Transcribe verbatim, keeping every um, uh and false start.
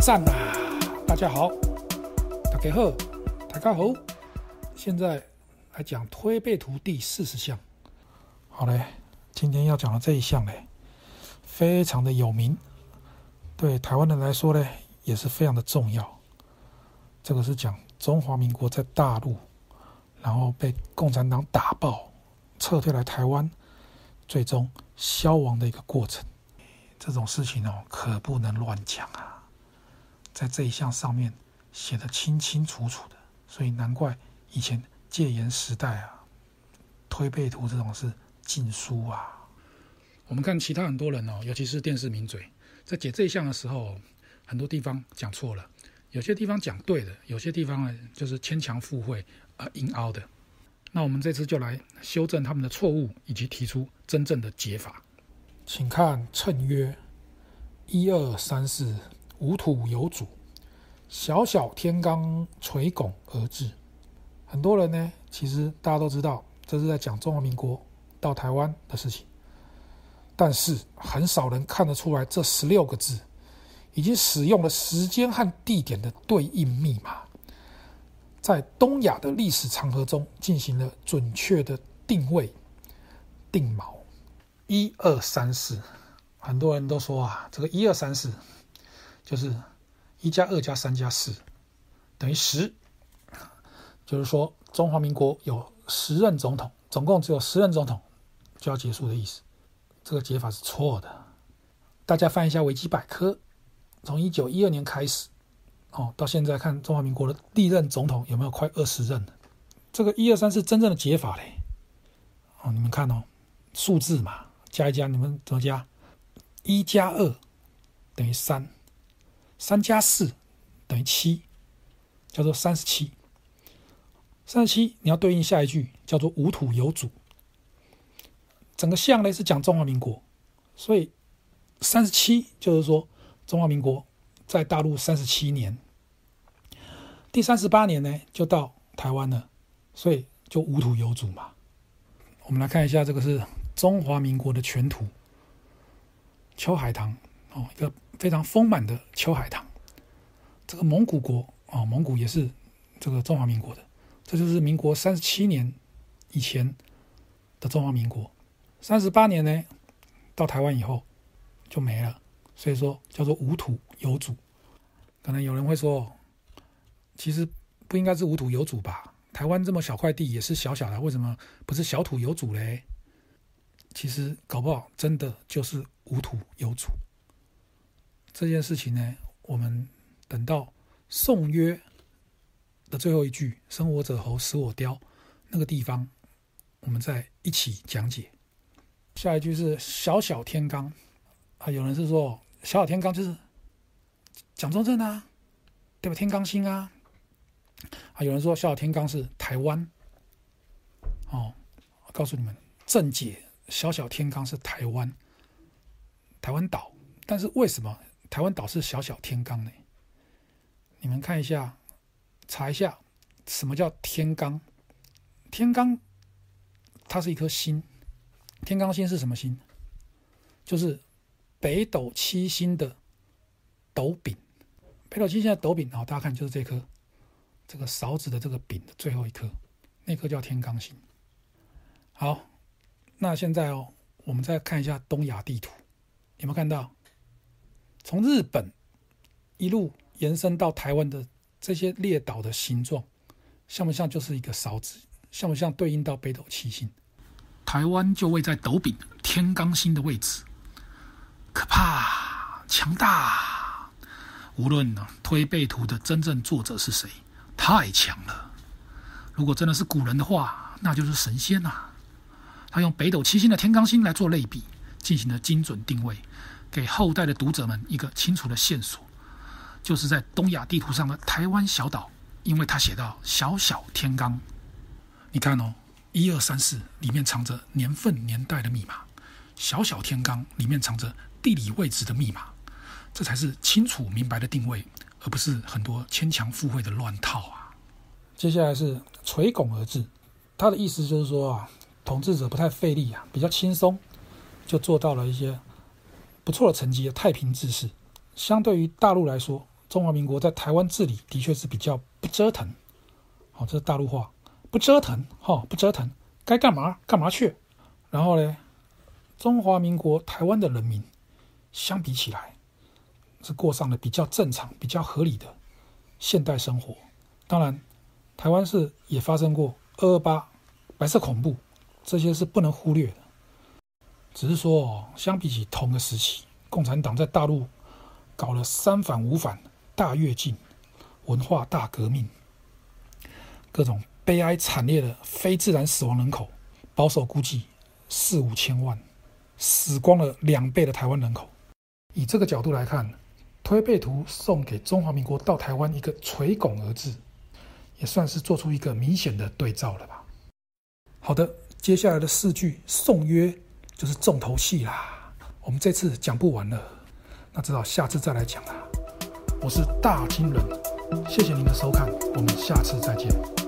赞啊！大家好，大家好，大家好。现在来讲推背图第四十项。好嘞，今天要讲的这一项嘞，非常的有名，对台湾人来说呢，也是非常的重要。这个是讲中华民国在大陆，然后被共产党打爆，撤退来台湾，最终消亡的一个过程。这种事情哦，可不能乱讲啊！在这一项上面写得清清楚楚的，所以难怪以前戒严时代啊，推背图这种是禁书啊。我们看其他很多人哦，尤其是电视名嘴，在解这一项的时候，很多地方讲错了，有些地方讲对的，有些地方呢就是牵强附会啊、硬凹的。那我们这次就来修正他们的错误，以及提出真正的解法。请看谶曰：一二三四，无土有主，小小天罡垂拱而治。很多人呢，其实大家都知道，这是在讲中华民国到台湾的事情，但是很少人看得出来，这十六个字已经使用了时间和地点的对应密码，在东亚的历史长河中进行了准确的定位定锚。一二三四，很多人都说啊，这个一二三四就是一加二加三加四等于十，就是说中华民国有十任总统，总共只有十任总统就要结束的意思。这个解法是错的。大家翻一下维基百科，从一九一二年开始哦，到现在看中华民国的历任总统有没有快二十任了？这个一二三四真正的解法嘞，哦，你们看哦，数字嘛，加一加，你们怎么加？一加二等于三，三加四等于七，叫做三十七。三十七你要对应下一句，叫做无土有主。整个项呢是讲中华民国，所以三十七就是说中华民国在大陆三十七年，第三十八年呢就到台湾了，所以就无土有主嘛。我们来看一下，这个是中华民国的全图，秋海棠哦，一个非常丰满的秋海棠。这个蒙古国哦，蒙古也是这个中华民国的，这就是民国三十七年以前的中华民国。三十八年呢，到台湾以后就没了，所以说叫做无土有主。可能有人会说，其实不应该是无土有主吧？台湾这么小块地也是小小的，为什么不是小土有主嘞？其实搞不好真的就是无土有主。这件事情呢，我们等到宋约的最后一句“生我者侯，死我雕”那个地方，我们再一起讲解。下一句是小小天罡啊，有人是说小小天罡就是蒋中正啊，对吧？天罡星啊。啊，有人说小小天罡是台湾。哦，我告诉你们，正解小小天罡是台湾，台湾岛。但是为什么台湾岛是小小天罡呢？你们看一下，查一下什么叫天罡。天罡它是一颗星，天罡星是什么星？就是北斗七星的斗柄。北斗七星的斗柄，好，大家看就是这颗，这个勺子的这个柄的最后一颗，那颗叫天罡星。好，那现在哦，我们再看一下东亚地图，有没有看到？从日本一路延伸到台湾的这些列岛的形状，像不像就是一个勺子？像不像对应到北斗七星？台湾就位在斗柄天罡星的位置，可怕，强大。无论推背图的真正作者是谁，太强了。如果真的是古人的话，那就是神仙啊。他用北斗七星的天罡星来做类比，进行了精准定位，给后代的读者们一个清楚的线索，就是在东亚地图上的台湾小岛，因为他写到小小天罡。你看哦，一二三四里面藏着年份年代的密码，小小天罡里面藏着地理位置的密码，这才是清楚明白的定位，而不是很多牵强附会的乱套啊。接下来是垂拱而治，他的意思就是说啊，统治者不太费力啊，比较轻松，就做到了一些不错的成绩的太平治世。相对于大陆来说， 中华民国在台湾治理的确是比较不折腾，好，这是大陆话，不折腾，哈，不折腾，该干嘛干嘛去。然后呢，中华民国台湾的人民相比起来，是过上了比较正常、比较合理的现代生活。当然，台湾是也发生过二二八、白色恐怖，这些是不能忽略的。只是说，相比起同个时期，共产党在大陆搞了三反五反、大跃进、文化大革命，各种悲哀惨烈的非自然死亡人口，保守估计四五千万，死光了两倍的台湾人口。以这个角度来看，推背图送给中华民国到台湾一个垂拱而治，也算是做出一个明显的对照了吧。好的，接下来的四句送约就是重头戏啦，我们这次讲不完了，那只好下次再来讲啦。我是大金人，谢谢您的收看，我们下次再见。